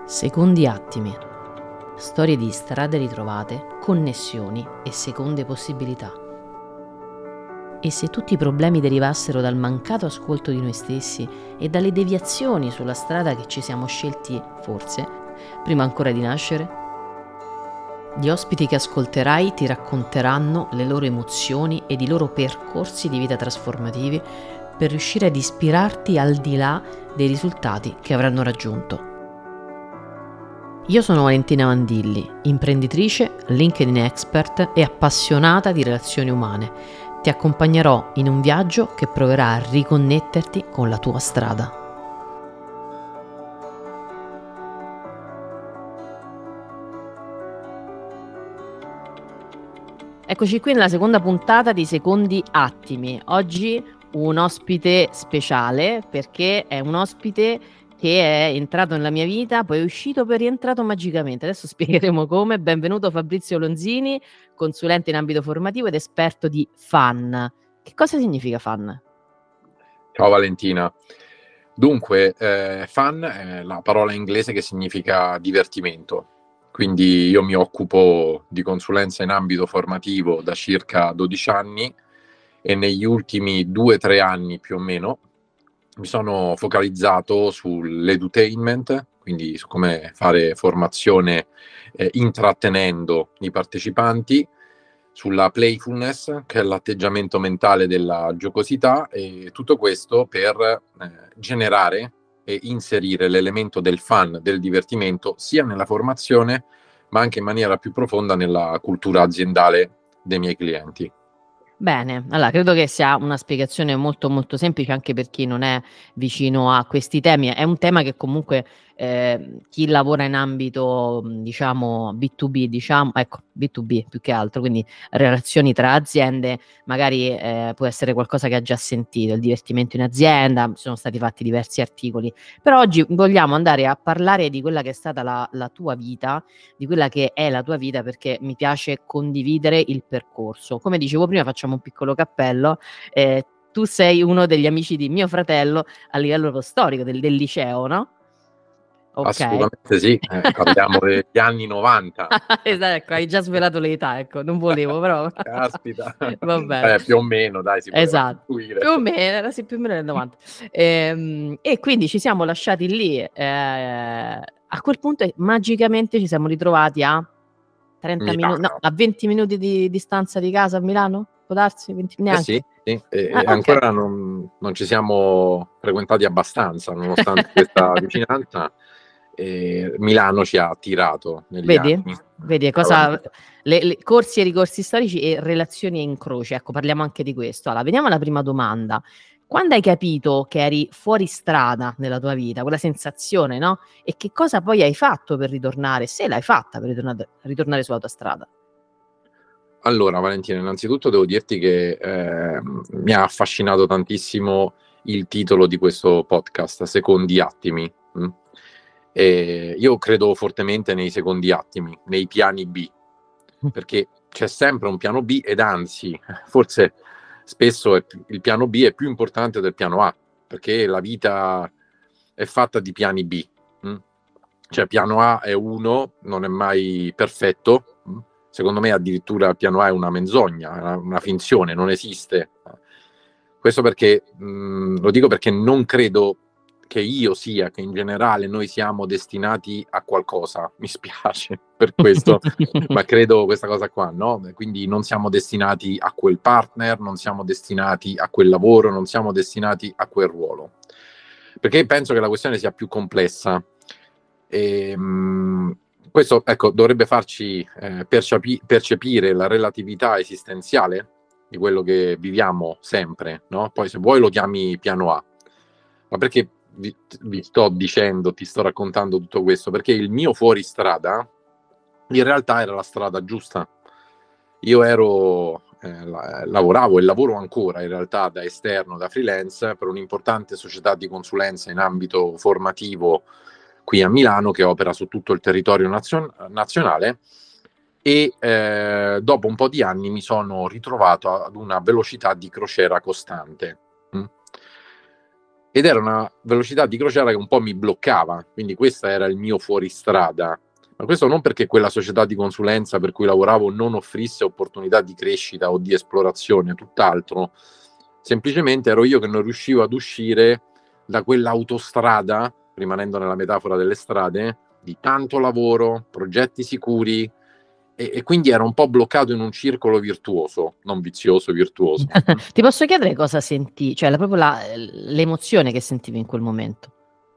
Secondi attimi. Storie di strade ritrovate, connessioni e seconde possibilità. E se tutti i problemi derivassero dal mancato ascolto di noi stessi e dalle deviazioni sulla strada che ci siamo scelti, forse, prima ancora di nascere? Gli ospiti che ascolterai ti racconteranno le loro emozioni ed i loro percorsi di vita trasformativi per riuscire ad ispirarti al di là dei risultati che avranno raggiunto. Io sono Valentina Mandilli, imprenditrice, LinkedIn expert e appassionata di relazioni umane. Ti accompagnerò in un viaggio che proverà a riconnetterti con la tua strada. Eccoci qui nella seconda puntata di Secondi Attimi. Oggi un ospite speciale perché è un ospite che è entrato nella mia vita, poi è uscito, poi è rientrato magicamente. Adesso spiegheremo come. Benvenuto Fabrizio Lonzini, consulente in ambito formativo ed esperto di FAN. Che cosa significa FAN? Ciao Valentina. Dunque, fun è la parola inglese che significa divertimento. Quindi io mi occupo di consulenza in ambito formativo da circa 12 anni e negli ultimi 2-3 anni più o meno mi sono focalizzato sull'edutainment, quindi su come fare formazione intrattenendo i partecipanti, sulla playfulness, che è l'atteggiamento mentale della giocosità, e tutto questo per generare e inserire l'elemento del fun, del divertimento, sia nella formazione, ma anche in maniera più profonda nella cultura aziendale dei miei clienti. Bene, allora credo che sia una spiegazione molto molto semplice anche per chi non è vicino a questi temi. È un tema che comunque chi lavora in ambito diciamo B2B, diciamo, ecco, B2B più che altro, quindi relazioni tra aziende, magari può essere qualcosa che ha già sentito, il divertimento in azienda, sono stati fatti diversi articoli, però oggi vogliamo andare a parlare di quella che è stata la tua vita, di quella che è la tua vita, perché mi piace condividere il percorso. Come dicevo prima, facciamo un piccolo cappello. Tu sei uno degli amici di mio fratello a livello storico del liceo, no? Ok. Assolutamente sì, parliamo degli anni 90. Esatto, ecco, hai già svelato l'età, ecco, non volevo, però Caspita. va bene. Più o meno, dai, si poteva Esatto, intuire. più o meno, era sì, più o meno nel 90. E quindi ci siamo lasciati lì, a quel punto magicamente ci siamo ritrovati a 30 minuti, no, Milano. a 20 minuti di distanza di casa a Milano? Può darsi? 20, Sì, neanche? sì. Okay. Ancora non ci siamo frequentati abbastanza, nonostante questa vicinanza. Milano ci ha attirato negli Vedi? anni. Vedi cosa le corsi e ricorsi storici e relazioni e incroci, ecco, parliamo anche di questo. Allora, veniamo alla prima domanda. Quando hai capito che eri fuori strada nella tua vita, quella sensazione, no, e che cosa poi hai fatto per ritornare, se l'hai fatta per ritornare sulla tua strada? Allora, Valentina, innanzitutto devo dirti che mi ha affascinato tantissimo il titolo di questo podcast, Secondi Attimi. Io credo fortemente nei secondi attimi, nei piani B, perché c'è sempre un piano B ed anzi, forse spesso il piano B è più importante del piano A, perché la vita è fatta di piani B. Cioè, piano A è uno, non è mai perfetto. Secondo me addirittura il piano A è una menzogna, una finzione, non esiste. Questo perché, lo dico perché non credo che in generale noi siamo destinati a qualcosa, mi spiace per questo, ma credo questa cosa qua, no? Quindi non siamo destinati a quel partner, non siamo destinati a quel lavoro, non siamo destinati a quel ruolo. Perché penso che la questione sia più complessa. Questo, ecco, dovrebbe farci percepire la relatività esistenziale di quello che viviamo sempre, no? Poi se vuoi lo chiami piano A, ma perché vi sto dicendo, ti sto raccontando tutto questo? Perché il mio fuoristrada in realtà era la strada giusta. Io lavoravo e lavoro ancora in realtà da esterno, da freelance, per un'importante società di consulenza in ambito formativo qui a Milano, che opera su tutto il territorio nazionale, e dopo un po' di anni mi sono ritrovato ad una velocità di crociera costante. ed era una velocità di crociera che un po' mi bloccava, quindi questo era il mio fuoristrada. Ma questo non perché quella società di consulenza per cui lavoravo non offrisse opportunità di crescita o di esplorazione, tutt'altro. Semplicemente ero io che non riuscivo ad uscire da quell'autostrada, rimanendo nella metafora delle strade, di tanto lavoro, progetti sicuri, e quindi ero un po' bloccato in un circolo virtuoso, non vizioso, virtuoso. Ti posso chiedere cosa senti, cioè proprio l'emozione che sentivi in quel momento?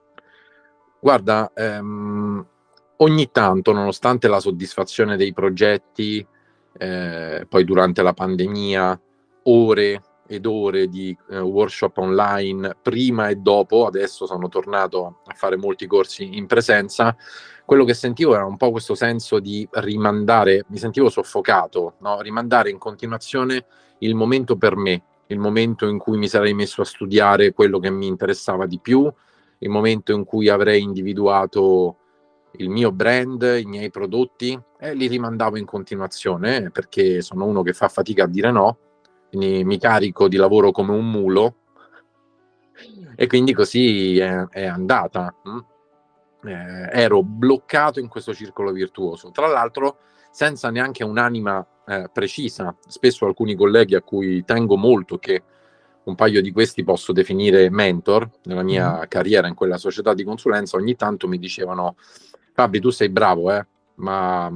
Guarda, ogni tanto, nonostante la soddisfazione dei progetti, poi durante la pandemia, ore ed ore di workshop online, prima e dopo, adesso sono tornato a fare molti corsi in presenza, quello che sentivo era un po' questo senso di rimandare, mi sentivo soffocato, no? Rimandare in continuazione il momento per me, il momento in cui mi sarei messo a studiare quello che mi interessava di più, il momento in cui avrei individuato il mio brand, i miei prodotti, e li rimandavo in continuazione perché sono uno che fa fatica a dire no, quindi mi carico di lavoro come un mulo e quindi così è andata. Ero bloccato in questo circolo virtuoso, tra l'altro senza neanche un'anima precisa. Spesso alcuni colleghi a cui tengo molto, che un paio di questi posso definire mentor nella mia carriera in quella società di consulenza, ogni tanto mi dicevano: Fabri, tu sei bravo, ma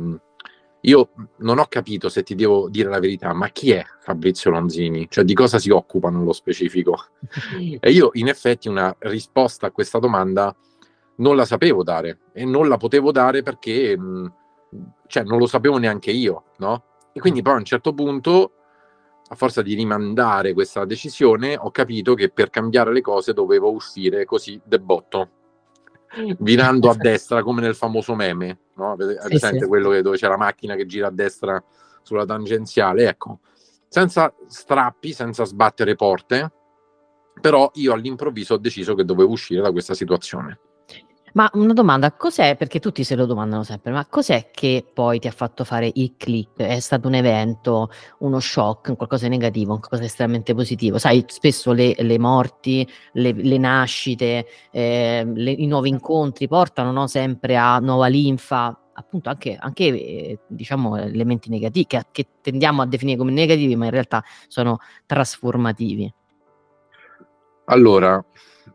io non ho capito, se ti devo dire la verità, ma chi è Fabrizio Lanzini? Cioè, di cosa si occupa nello specifico? E io in effetti una risposta a questa domanda non la sapevo dare, e non la potevo dare perché cioè, non lo sapevo neanche io, no? E quindi poi a un certo punto, a forza di rimandare questa decisione, ho capito che per cambiare le cose dovevo uscire così de botto, virando a destra come nel famoso meme, no? Avete Sì, presente sì. quello dove c'è la macchina che gira a destra sulla tangenziale? Ecco, senza strappi, senza sbattere porte, però io all'improvviso ho deciso che dovevo uscire da questa situazione. Ma una domanda, cos'è, perché tutti se lo domandano sempre, ma cos'è che poi ti ha fatto fare il click? È stato un evento, uno shock, un qualcosa di negativo, un qualcosa di estremamente positivo? Sai, spesso le morti, le nascite, i nuovi incontri portano, no, sempre a nuova linfa, appunto anche diciamo elementi negativi, che tendiamo a definire come negativi, ma in realtà sono trasformativi. Allora,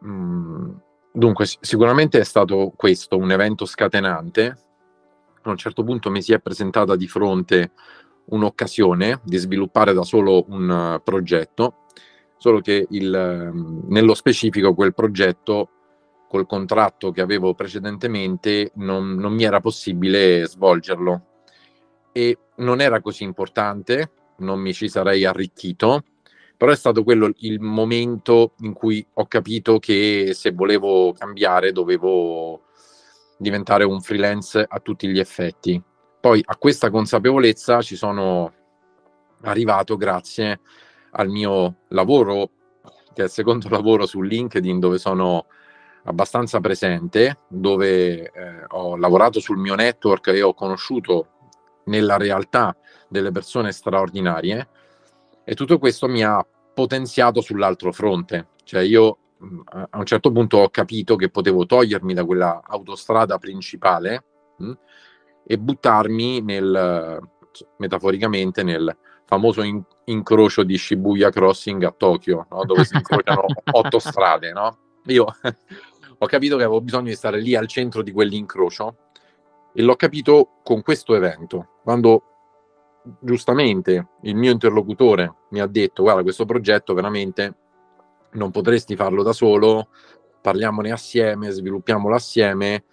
dunque sicuramente è stato questo un evento scatenante. A un certo punto mi si è presentata di fronte un'occasione di sviluppare da solo un progetto, solo che nello specifico quel progetto, col contratto che avevo precedentemente, non mi era possibile svolgerlo, e non era così importante, non mi ci sarei arricchito, però è stato quello il momento in cui ho capito che se volevo cambiare dovevo diventare un freelance a tutti gli effetti. Poi a questa consapevolezza ci sono arrivato grazie al mio lavoro, che è il secondo lavoro su LinkedIn, dove sono abbastanza presente, dove ho lavorato sul mio network e ho conosciuto nella realtà delle persone straordinarie, e tutto questo mi ha potenziato sull'altro fronte. Cioè io a un certo punto ho capito che potevo togliermi da quella autostrada principale e buttarmi metaforicamente nel famoso incrocio di Shibuya Crossing a Tokyo, no? Dove si incrociano 8 strade, no? Io ho capito che avevo bisogno di stare lì al centro di quell'incrocio, e l'ho capito con questo evento, quando giustamente il mio interlocutore mi ha detto: guarda, questo progetto veramente non potresti farlo da solo, parliamone assieme, sviluppiamolo assieme,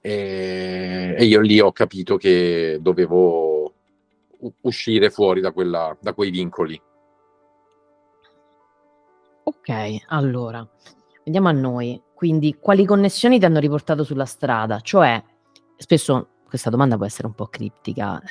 e io lì ho capito che dovevo uscire fuori da quei vincoli. Ok, allora, vediamo a noi. Quindi, quali connessioni ti hanno riportato sulla strada? Cioè, spesso questa domanda può essere un po' criptica.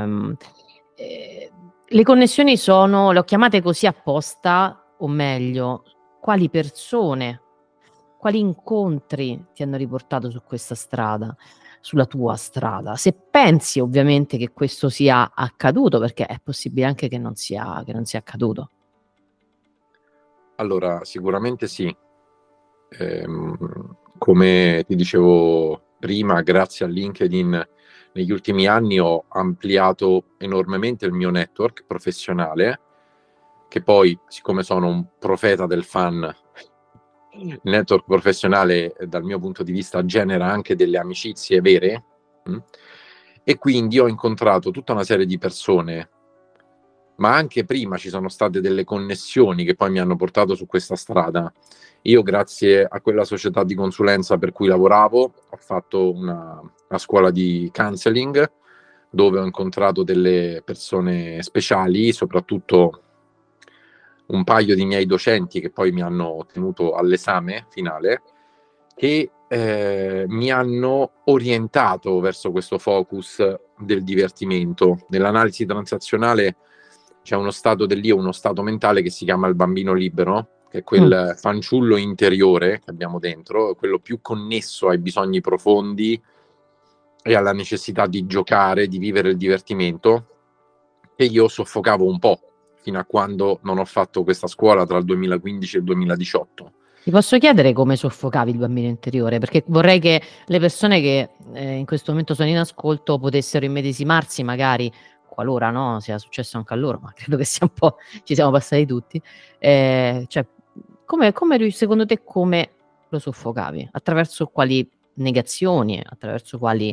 Le connessioni sono, le ho chiamate così apposta, o meglio, quali persone, quali incontri ti hanno riportato su questa strada, sulla tua strada? Se pensi ovviamente che questo sia accaduto, perché è possibile anche che non sia accaduto. Allora, sicuramente sì. come ti dicevo prima, grazie a LinkedIn negli ultimi anni ho ampliato enormemente il mio network professionale, che poi, siccome sono un profeta del fan, il network professionale dal mio punto di vista genera anche delle amicizie vere, e quindi ho incontrato tutta una serie di persone, ma anche prima ci sono state delle connessioni che poi mi hanno portato su questa strada. Io, grazie a quella società di consulenza per cui lavoravo, ho fatto una scuola di counseling dove ho incontrato delle persone speciali, soprattutto un paio di miei docenti che poi mi hanno tenuto all'esame finale, che mi hanno orientato verso questo focus del divertimento. Nell'analisi transazionale c'è uno stato dell'io, uno stato mentale che si chiama il bambino libero, che è quel fanciullo interiore che abbiamo dentro, quello più connesso ai bisogni profondi e alla necessità di giocare, di vivere il divertimento, che io soffocavo un po' fino a quando non ho fatto questa scuola tra il 2015 e il 2018. Ti posso chiedere come soffocavi il bambino interiore? Perché vorrei che le persone che in questo momento sono in ascolto potessero immedesimarsi, magari, qualora no, sia successo anche a loro, ma credo che sia un po', ci siamo passati tutti. Cioè, secondo te come lo soffocavi? Attraverso quali negazioni? Attraverso quali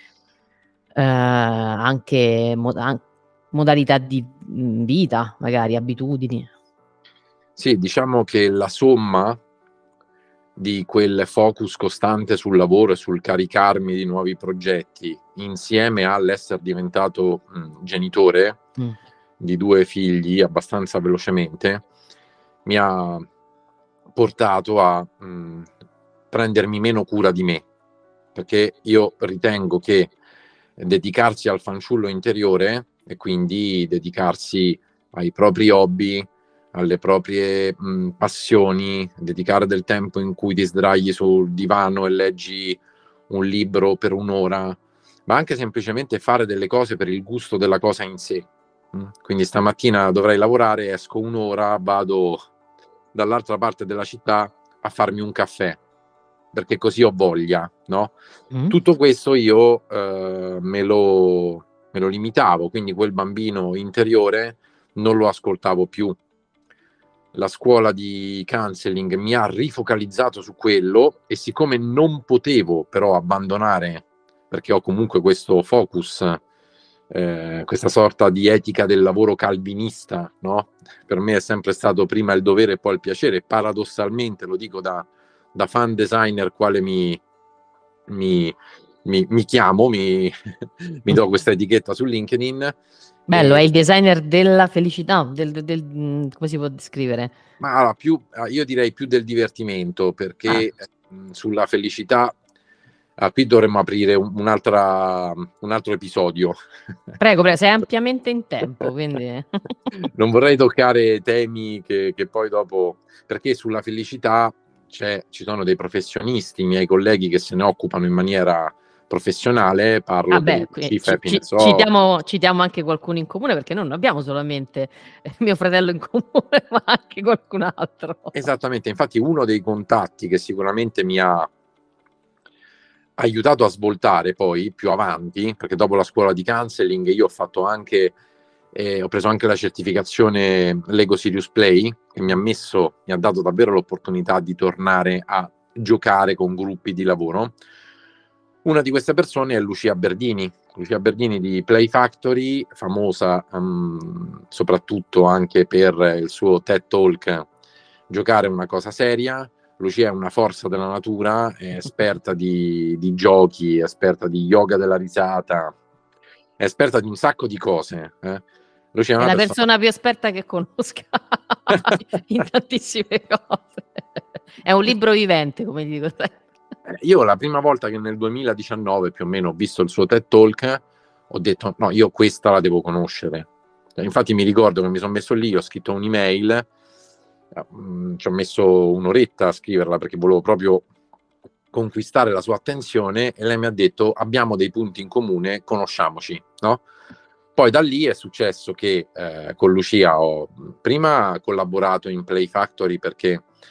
anche modalità di vita, magari abitudini? Sì, diciamo che la somma di quel focus costante sul lavoro e sul caricarmi di nuovi progetti, insieme all'essere diventato genitore di 2 figli abbastanza velocemente, mi ha portato a prendermi meno cura di me, perché io ritengo che dedicarsi al fanciullo interiore e quindi dedicarsi ai propri hobby, alle proprie passioni, dedicare del tempo in cui ti sdragli sul divano e leggi un libro per un'ora, ma anche semplicemente fare delle cose per il gusto della cosa in sé. Quindi stamattina dovrei lavorare, esco un'ora, vado dall'altra parte della città a farmi un caffè, perché così ho voglia, no? Tutto questo io me lo limitavo, quindi quel bambino interiore non lo ascoltavo più. La scuola di counseling mi ha rifocalizzato su quello e siccome non potevo però abbandonare, perché ho comunque questo focus, questa sorta di etica del lavoro calvinista, no? Per me è sempre stato prima il dovere e poi il piacere, paradossalmente, lo dico da fan designer quale mi chiamo, mi do questa etichetta su LinkedIn. Bello, è il designer della felicità, come si può descrivere? Ma io direi più del divertimento, perché sulla felicità qui dovremmo aprire un altro episodio. Prego, sei ampiamente in tempo, quindi Non vorrei toccare temi che poi dopo, perché sulla felicità ci sono dei professionisti, i miei colleghi che se ne occupano in maniera professionale, parlo del Chief Happiness citiamo anche qualcuno in comune, perché noi non abbiamo solamente mio fratello in comune, ma anche qualcun altro. Esattamente, infatti uno dei contatti che sicuramente mi ha aiutato a svoltare poi più avanti, perché dopo la scuola di counseling io ho fatto anche ho preso anche la certificazione Lego Serious Play, che mi ha dato davvero l'opportunità di tornare a giocare con gruppi di lavoro. Una di queste persone è Lucia Berdini di Play Factory, famosa soprattutto anche per il suo TED Talk Giocare è una cosa seria. Lucia è una forza della natura, è esperta di giochi, è esperta di yoga della risata, è esperta di un sacco di cose. Lucia è la persona più esperta che conosca in tantissime cose. È un libro vivente, come dico sempre. Io la prima volta che nel 2019 più o meno ho visto il suo TED Talk, ho detto no, io questa la devo conoscere. Infatti mi ricordo che mi sono messo lì, ho scritto un'email, ci ho messo un'oretta a scriverla perché volevo proprio conquistare la sua attenzione e lei mi ha detto abbiamo dei punti in comune, conosciamoci, no? Poi da lì è successo che con Lucia ho prima collaborato in Play Factory perché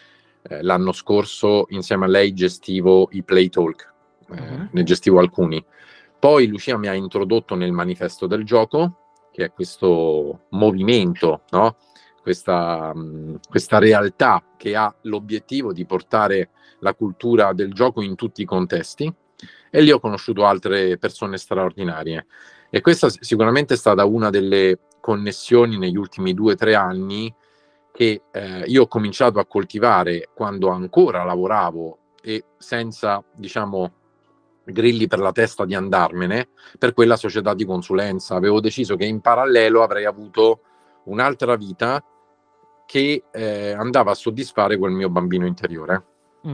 l'anno scorso insieme a lei gestivo i Play Talk, ne gestivo alcuni. Poi Lucia mi ha introdotto nel manifesto del gioco, che è questo movimento, no? Questa realtà che ha l'obiettivo di portare la cultura del gioco in tutti i contesti, e lì ho conosciuto altre persone straordinarie, e questa sicuramente è stata una delle connessioni negli ultimi 2 o 3 anni che io ho cominciato a coltivare quando ancora lavoravo e senza, diciamo, grilli per la testa di andarmene per quella società di consulenza. Avevo deciso che in parallelo avrei avuto un'altra vita che andava a soddisfare quel mio bambino interiore.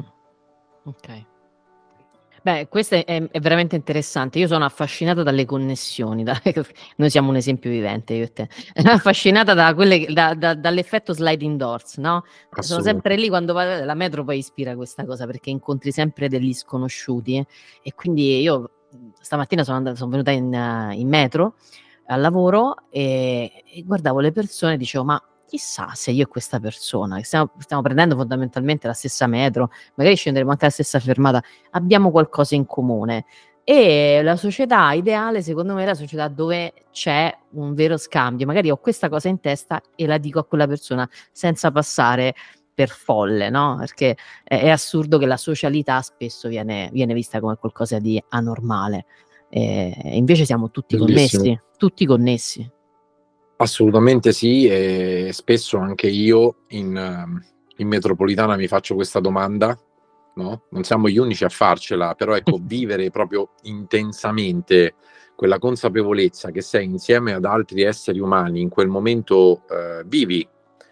Ok. Beh, questo è veramente interessante. Io sono affascinata dalle connessioni. Noi siamo un esempio vivente, io e te. Affascinata da dall'effetto sliding doors, no? Sono sempre lì quando vado, la metro poi ispira questa cosa, perché incontri sempre degli sconosciuti, e quindi io stamattina sono venuta in metro al lavoro e guardavo le persone e dicevo: ma chissà se io e questa persona, che stiamo prendendo fondamentalmente la stessa metro, magari scenderemo anche alla stessa fermata, abbiamo qualcosa in comune. E la società ideale, secondo me, è la società dove c'è un vero scambio. Magari ho questa cosa in testa e la dico a quella persona senza passare per folle, no? Perché è assurdo che la socialità spesso viene vista come qualcosa di anormale. Invece siamo tutti Bellissimo. connessi. Assolutamente sì, e spesso anche io in metropolitana mi faccio questa domanda, no? Non siamo gli unici a farcela, però ecco, vivere proprio intensamente quella consapevolezza che sei insieme ad altri esseri umani in quel momento vivi,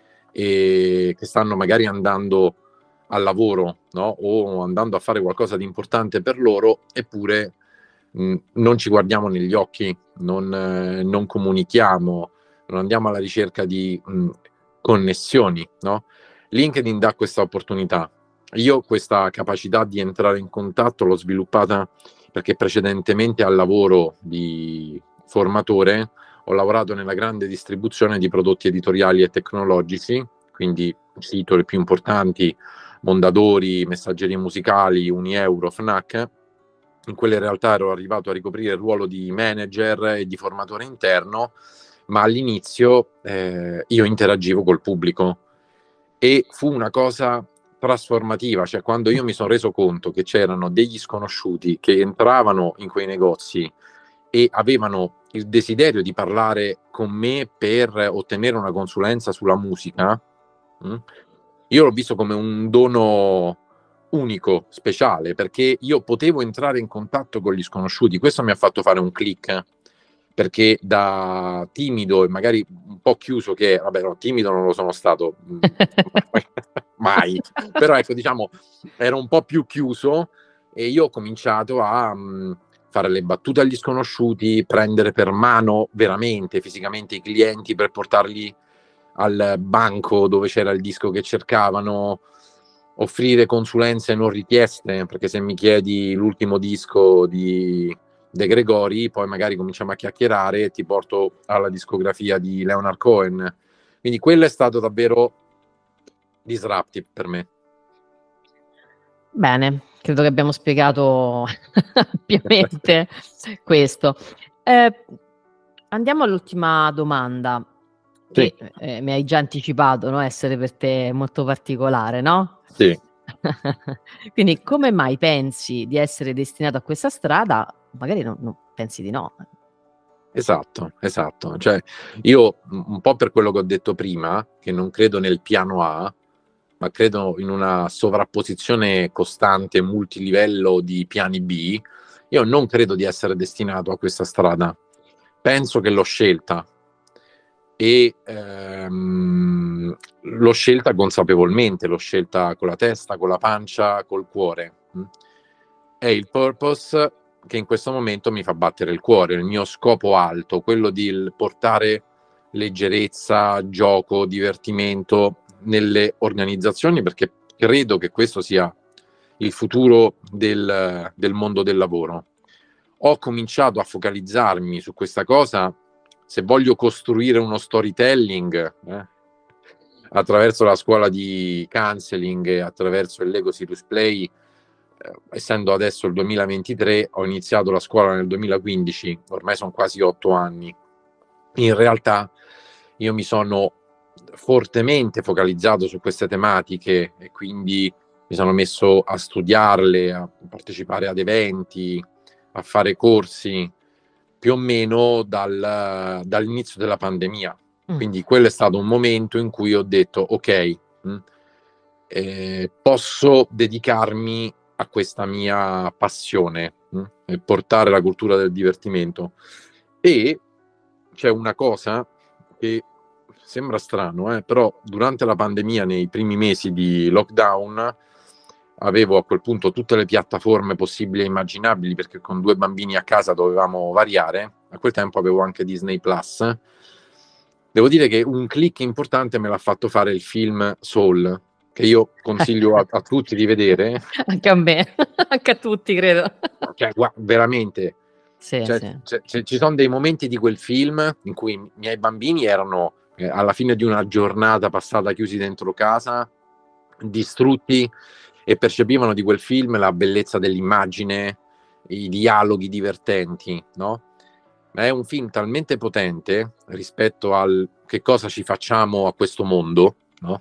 e che stanno magari andando al lavoro, no? O andando a fare qualcosa di importante per loro, eppure non ci guardiamo negli occhi, non comunichiamo, non andiamo alla ricerca di connessioni, no? LinkedIn dà questa opportunità. Io questa capacità di entrare in contatto l'ho sviluppata perché precedentemente al lavoro di formatore ho lavorato nella grande distribuzione di prodotti editoriali e tecnologici, quindi cito le più importanti: Mondadori, Messaggerie Musicali, Unieuro, Fnac. In quelle realtà ero arrivato a ricoprire il ruolo di manager e di formatore interno, ma all'inizio io interagivo col pubblico e fu una cosa trasformativa, cioè quando io mi sono reso conto che c'erano degli sconosciuti che entravano in quei negozi e avevano il desiderio di parlare con me per ottenere una consulenza sulla musica, io l'ho visto come un dono unico, speciale, perché io potevo entrare in contatto con gli sconosciuti. Questo mi ha fatto fare un click, perché da timido e magari un po' chiuso, che vabbè, no, timido non lo sono stato mai, però ecco, diciamo, ero un po' più chiuso e io ho cominciato a fare le battute agli sconosciuti, prendere per mano veramente, fisicamente i clienti per portarli al banco dove c'era il disco che cercavano, offrire consulenze non richieste, perché se mi chiedi l'ultimo disco di De Gregori, poi magari cominciamo a chiacchierare e ti porto alla discografia di Leonard Cohen. Quindi quello è stato davvero disruptive per me. Bene, credo che abbiamo spiegato ampiamente questo. Andiamo all'ultima domanda, Sì. che mi hai già anticipato, no? Essere per te molto particolare, no? Sì. Quindi come mai pensi di essere destinato a questa strada? Magari non pensi di no. Esatto. Cioè, io un po' per quello che ho detto prima, che non credo nel piano A, ma credo in una sovrapposizione costante, multilivello di piani B, io non credo di essere destinato a questa strada. Penso che l'ho scelta e l'ho scelta consapevolmente, l'ho scelta con la testa, con la pancia, col cuore. È il purpose che in questo momento mi fa battere il cuore, il mio scopo alto, quello di portare leggerezza, gioco, divertimento nelle organizzazioni, perché credo che questo sia il futuro del mondo del lavoro. Ho cominciato a focalizzarmi su questa cosa. Se voglio costruire uno storytelling, attraverso la scuola di counseling e attraverso il Lego Serious Play, essendo adesso il 2023, ho iniziato la scuola nel 2015, ormai sono quasi 8 anni. In realtà io mi sono fortemente focalizzato su queste tematiche e quindi mi sono messo a studiarle, a partecipare ad eventi, a fare corsi, più o meno dall'inizio della pandemia. Quindi quello è stato un momento in cui ho detto ok, posso dedicarmi a questa mia passione e portare la cultura del divertimento. E c'è una cosa che sembra strano, però durante la pandemia, nei primi mesi di lockdown, avevo a quel punto tutte le piattaforme possibili e immaginabili, perché con 2 bambini a casa dovevamo variare. A quel tempo avevo anche Disney Plus. Devo dire che un click importante me l'ha fatto fare il film Soul, che io consiglio a tutti di vedere. Anche a me, anche a tutti credo. Cioè, veramente, Sì, cioè, sì. ci sono dei momenti di quel film in cui i miei bambini erano alla fine di una giornata passata chiusi dentro casa, distrutti, e percepivano di quel film la bellezza dell'immagine, i dialoghi divertenti, no? Ma è un film talmente potente rispetto al che cosa ci facciamo a questo mondo, no?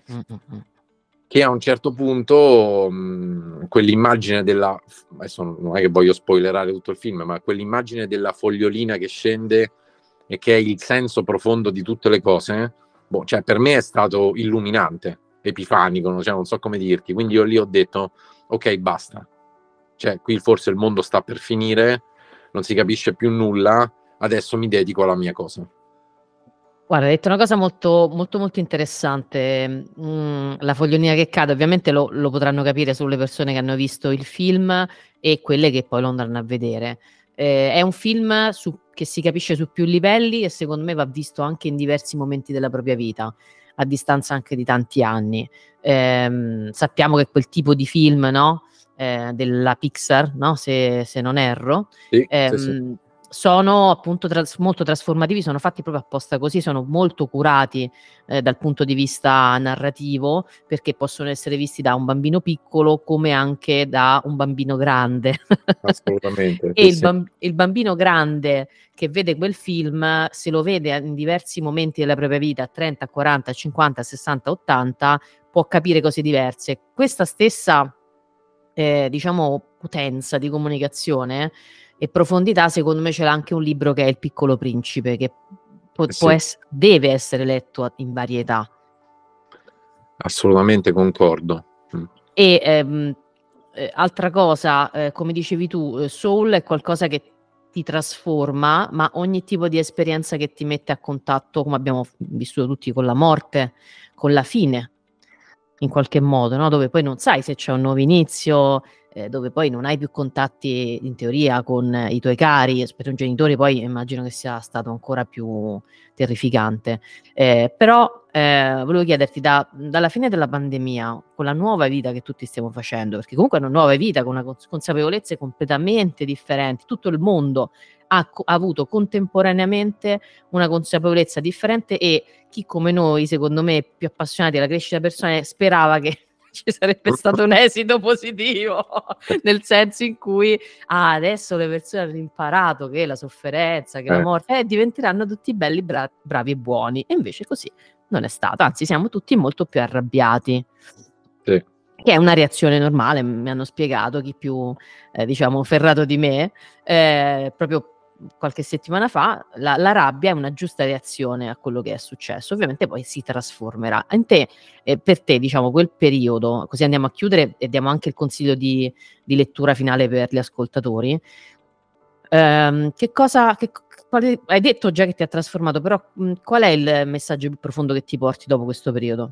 Che a un certo punto quell'immagine della, adesso non è che voglio spoilerare tutto il film, ma quell'immagine della fogliolina che scende e che è il senso profondo di tutte le cose, cioè per me è stato illuminante, epifanico, cioè non so come dirti. Quindi io lì ho detto ok, basta, cioè qui forse il mondo sta per finire, non si capisce più nulla, adesso mi dedico alla mia cosa. Guarda, hai detto una cosa molto, molto, molto interessante. La fogliolina che cade, ovviamente lo potranno capire solo le persone che hanno visto il film e quelle che poi lo andranno a vedere. È un film che si capisce su più livelli e secondo me va visto anche in diversi momenti della propria vita, a distanza anche di tanti anni. Sappiamo che quel tipo di film, no? Della Pixar, no? Se non erro, Sì, sì. sono appunto molto trasformativi, sono fatti proprio apposta così, sono molto curati dal punto di vista narrativo, perché possono essere visti da un bambino piccolo come anche da un bambino grande. Assolutamente, E sì. il bambino grande che vede quel film, se lo vede in diversi momenti della propria vita, a 30, 40, 50, 60, 80, può capire cose diverse. Questa stessa diciamo potenza di comunicazione e profondità, secondo me ce l'ha anche un libro che è Il Piccolo Principe, che Sì. deve essere letto in varie età. Assolutamente concordo. E altra cosa, come dicevi tu, Soul è qualcosa che ti trasforma, ma ogni tipo di esperienza che ti mette a contatto, come abbiamo vissuto tutti, con la morte, con la fine, in qualche modo, no, dove poi non sai se c'è un nuovo inizio, dove poi non hai più contatti in teoria con i tuoi cari, per un genitore poi immagino che sia stato ancora più terrificante. Però, volevo chiederti dalla fine della pandemia, con la nuova vita che tutti stiamo facendo, perché comunque è una nuova vita con una consapevolezze completamente differenti, tutto il mondo ha avuto contemporaneamente una consapevolezza differente e chi come noi, secondo me, più appassionati alla crescita personale, sperava che ci sarebbe stato un esito positivo, nel senso in cui adesso le persone hanno imparato che la sofferenza, che la morte diventeranno tutti belli, bravi e buoni. E invece così non è stato, anzi siamo tutti molto più arrabbiati. Sì. Che è una reazione normale, mi hanno spiegato chi più, diciamo ferrato di me, proprio qualche settimana fa, la rabbia è una giusta reazione a quello che è successo. Ovviamente poi si trasformerà. In te per te, diciamo, quel periodo, così andiamo a chiudere e diamo anche il consiglio di lettura finale per gli ascoltatori. Che cosa quale hai detto già che ti ha trasformato, però, qual è il messaggio più profondo che ti porti dopo questo periodo?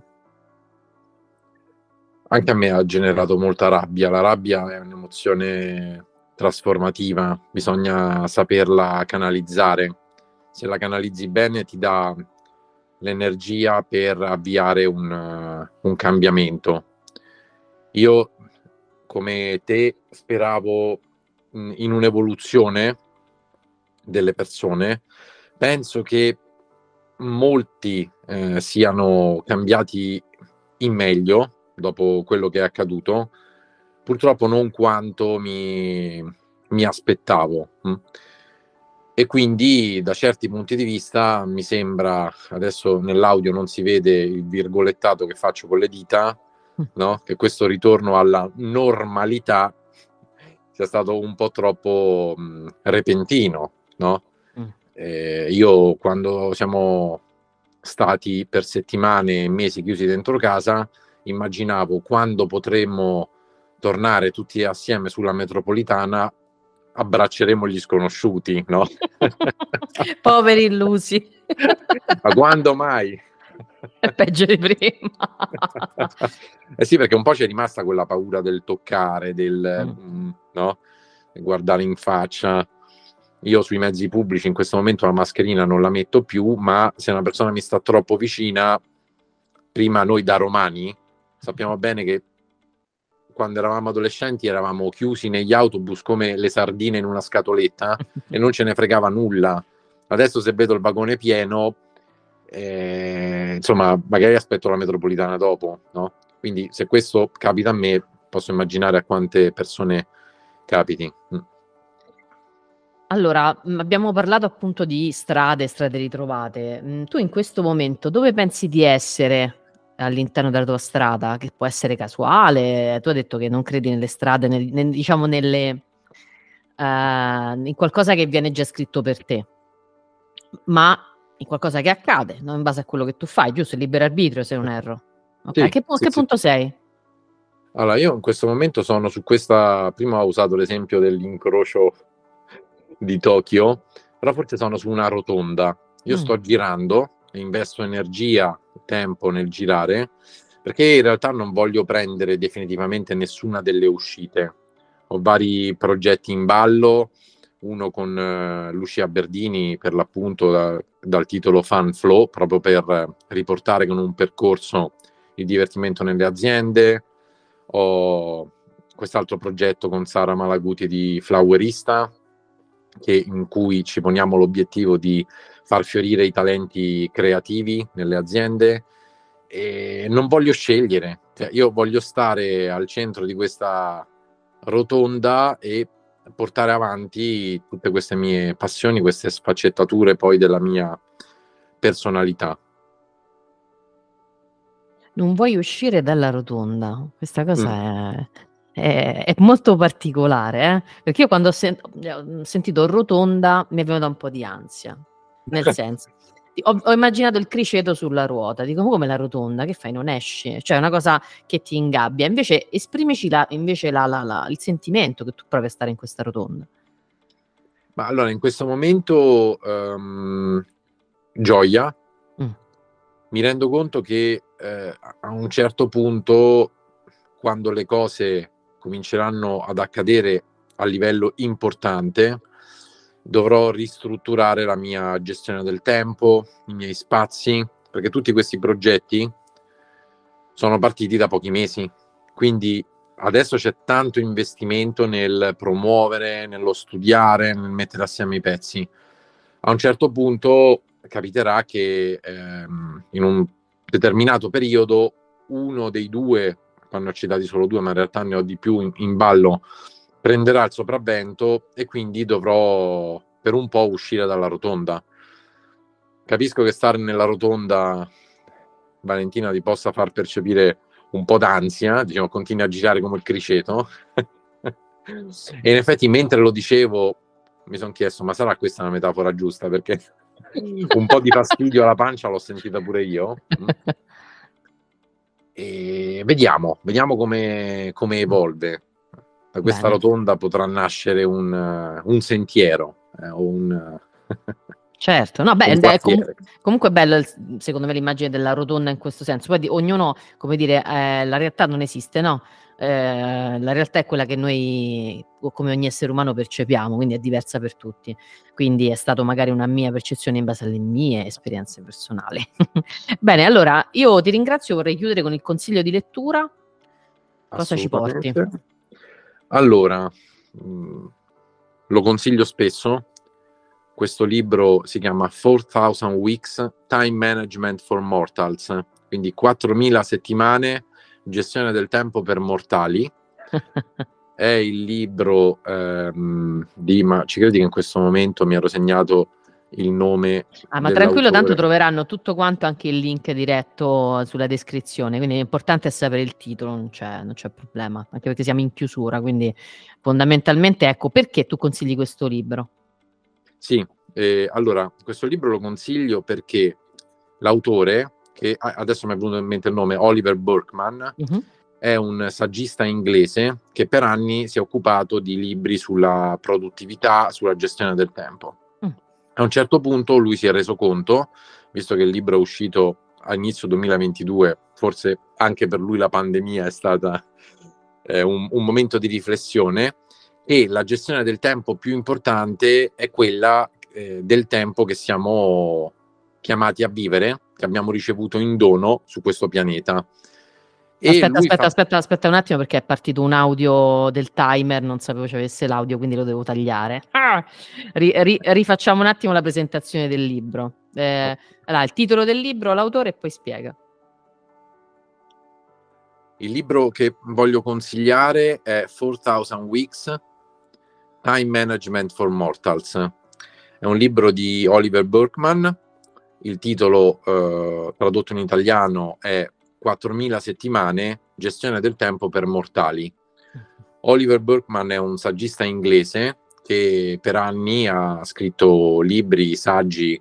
Anche a me ha generato molta rabbia. La rabbia è un'emozione trasformativa, bisogna saperla canalizzare. Se la canalizzi bene ti dà l'energia per avviare un cambiamento. Io, come te, speravo in un'evoluzione delle persone. Penso che molti siano cambiati in meglio dopo quello che è accaduto, purtroppo non quanto mi aspettavo. E quindi da certi punti di vista mi sembra, adesso nell'audio non si vede il virgolettato che faccio con le dita, no? Che questo ritorno alla normalità sia stato un po' troppo repentino, no? Io quando siamo stati per settimane e mesi chiusi dentro casa, immaginavo quando potremmo tornare tutti assieme sulla metropolitana, abbracceremo gli sconosciuti, no? Poveri illusi. Ma quando mai? È peggio di prima. Eh sì, perché un po' c'è rimasta quella paura del toccare, no? Guardare in faccia. Io sui mezzi pubblici in questo momento la mascherina non la metto più, ma se una persona mi sta troppo vicina, prima noi da romani sappiamo bene che quando eravamo adolescenti eravamo chiusi negli autobus come le sardine in una scatoletta e non ce ne fregava nulla. Adesso se vedo il vagone pieno, insomma, magari aspetto la metropolitana dopo, no? Quindi se questo capita a me, posso immaginare a quante persone capiti. Allora, abbiamo parlato appunto di strade ritrovate. Tu in questo momento dove pensi di essere all'interno della tua strada? Che può essere casuale, tu hai detto che non credi nelle strade, diciamo in qualcosa che viene già scritto per te, ma in qualcosa che accade, no? In base a quello che tu fai, giusto? Il libero arbitrio, se non erro. Ok, Sì, a che punto sei? Allora, io in questo momento sono su questa, prima ho usato l'esempio dell'incrocio di Tokyo, però forse sono su una rotonda. Io sto girando, investo energia, tempo nel girare, perché in realtà non voglio prendere definitivamente nessuna delle uscite. Ho vari progetti in ballo, uno con Lucia Berdini, per l'appunto dal titolo Fun Flow, proprio per riportare con un percorso il divertimento nelle aziende. Ho quest'altro progetto con Sara Malaguti di Flowerista, in cui ci poniamo l'obiettivo di far fiorire i talenti creativi nelle aziende, e non voglio scegliere, cioè, io voglio stare al centro di questa rotonda e portare avanti tutte queste mie passioni, queste sfaccettature poi della mia personalità. Non vuoi uscire dalla rotonda. Questa cosa è molto particolare, perché io quando ho sentito rotonda mi è venuta un po' di ansia. Nel senso, ho immaginato il criceto sulla ruota, dico: "Come la rotonda? Che fai, non esci?" Cioè è una cosa che ti ingabbia. Invece esprimici il sentimento che tu provi a stare in questa rotonda. Ma allora in questo momento gioia. Mi rendo conto che a un certo punto, quando le cose cominceranno ad accadere a livello importante, dovrò ristrutturare la mia gestione del tempo, i miei spazi, perché tutti questi progetti sono partiti da pochi mesi, quindi adesso c'è tanto investimento nel promuovere, nello studiare, nel mettere assieme i pezzi. A un certo punto capiterà che in un determinato periodo uno dei due, quando ho citati solo due, ma in realtà ne ho di più in ballo, prenderà il sopravvento e quindi dovrò per un po' uscire dalla rotonda. Capisco che stare nella rotonda, Valentina, ti possa far percepire un po' d'ansia, diciamo, continui a girare come il criceto. E in effetti mentre lo dicevo mi sono chiesto, ma sarà questa una metafora giusta? Perché un po' di fastidio alla pancia l'ho sentita pure io. E vediamo come evolve. Da questa Bene. rotonda potrà nascere un sentiero, Certo, no, un è quartiere. comunque bello secondo me l'immagine della rotonda in questo senso. Poi ognuno, come dire, la realtà non esiste, no, la realtà è quella che noi, o come ogni essere umano, percepiamo, quindi è diversa per tutti. Quindi è stato magari una mia percezione in base alle mie esperienze personali. Bene, allora io ti ringrazio, vorrei chiudere con il consiglio di lettura. Cosa ci porti? Allora, lo consiglio spesso, questo libro si chiama 4000 Weeks, Time Management for Mortals, quindi 4000 settimane, gestione del tempo per mortali. È il libro ma ci credi che in questo momento mi ero segnato il nome ma tranquillo, tanto dell'autore? troveranno tutto quanto, anche il link diretto sulla descrizione, quindi l'importante è sapere il titolo, non c'è problema, anche perché siamo in chiusura, quindi fondamentalmente, ecco, perché tu consigli questo libro? Sì, allora, questo libro lo consiglio perché l'autore, che adesso mi è venuto in mente il nome, Oliver Burkeman, è un saggista inglese che per anni si è occupato di libri sulla produttività, sulla gestione del tempo. A un certo punto lui si è reso conto, visto che il libro è uscito a inizio 2022, forse anche per lui la pandemia è stata un momento di riflessione, e la gestione del tempo più importante è quella del tempo che siamo chiamati a vivere, che abbiamo ricevuto in dono su questo pianeta. Aspetta un attimo, perché è partito un audio del timer, non sapevo ci avesse l'audio, quindi lo devo tagliare. Rifacciamo un attimo la presentazione del libro. Allora, il titolo del libro, l'autore, e poi spiega. Il libro che voglio consigliare è 4000 Weeks, Time Management for Mortals. È un libro di Oliver Burkeman. Il titolo tradotto in italiano è 4000 settimane, gestione del tempo per mortali. Oliver Burkeman è un saggista inglese che per anni ha scritto libri, saggi,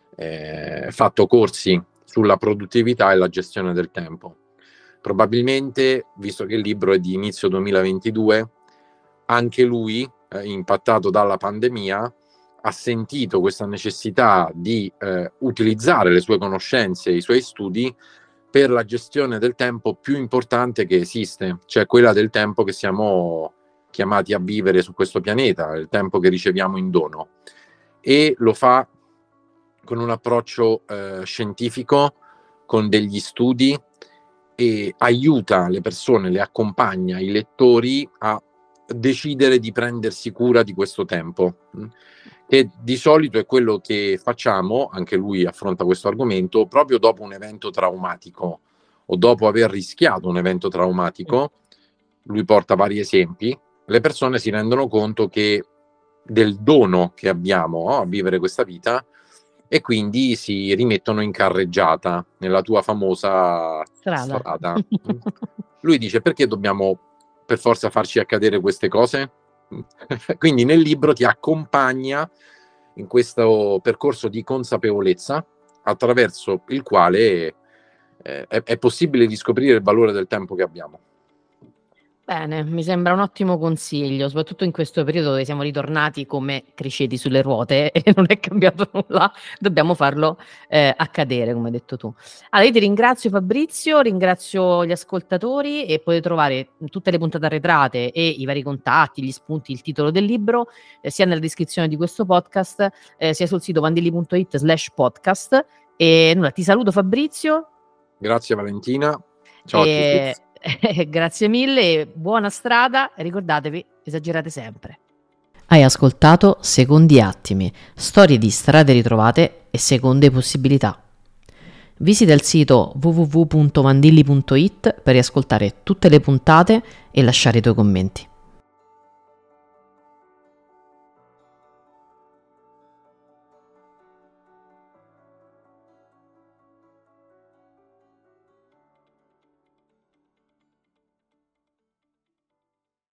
fatto corsi sulla produttività e la gestione del tempo. Probabilmente, visto che il libro è di inizio 2022, anche lui, impattato dalla pandemia, ha sentito questa necessità di utilizzare le sue conoscenze, i suoi studi per la gestione del tempo più importante che esiste, cioè quella del tempo che siamo chiamati a vivere su questo pianeta, il tempo che riceviamo in dono, e lo fa con un approccio scientifico, con degli studi, e aiuta le persone, le accompagna, i lettori a decidere di prendersi cura di questo tempo, che di solito è quello che facciamo, anche lui affronta questo argomento, proprio dopo un evento traumatico o dopo aver rischiato un evento traumatico. Lui porta vari esempi, le persone si rendono conto che del dono che abbiamo a vivere questa vita, e quindi si rimettono in carreggiata nella tua famosa strada. Lui dice: perché dobbiamo per forza farci accadere queste cose? Quindi nel libro ti accompagna in questo percorso di consapevolezza attraverso il quale è possibile riscoprire il valore del tempo che abbiamo. Bene, mi sembra un ottimo consiglio, soprattutto in questo periodo dove siamo ritornati come criceti sulle ruote e non è cambiato nulla, dobbiamo farlo accadere, come hai detto tu. Allora, io ti ringrazio Fabrizio, ringrazio gli ascoltatori, e potete trovare tutte le puntate arretrate e i vari contatti, gli spunti, il titolo del libro, sia nella descrizione di questo podcast, sia sul sito vandilli.it/podcast. E nulla, ti saluto Fabrizio. Grazie Valentina, ciao a tutti. Grazie mille, buona strada, e ricordatevi, esagerate sempre. Hai ascoltato Secondi Attimi, storie di strade ritrovate e seconde possibilità. Visita il sito www.vandilli.it per riascoltare tutte le puntate e lasciare i tuoi commenti.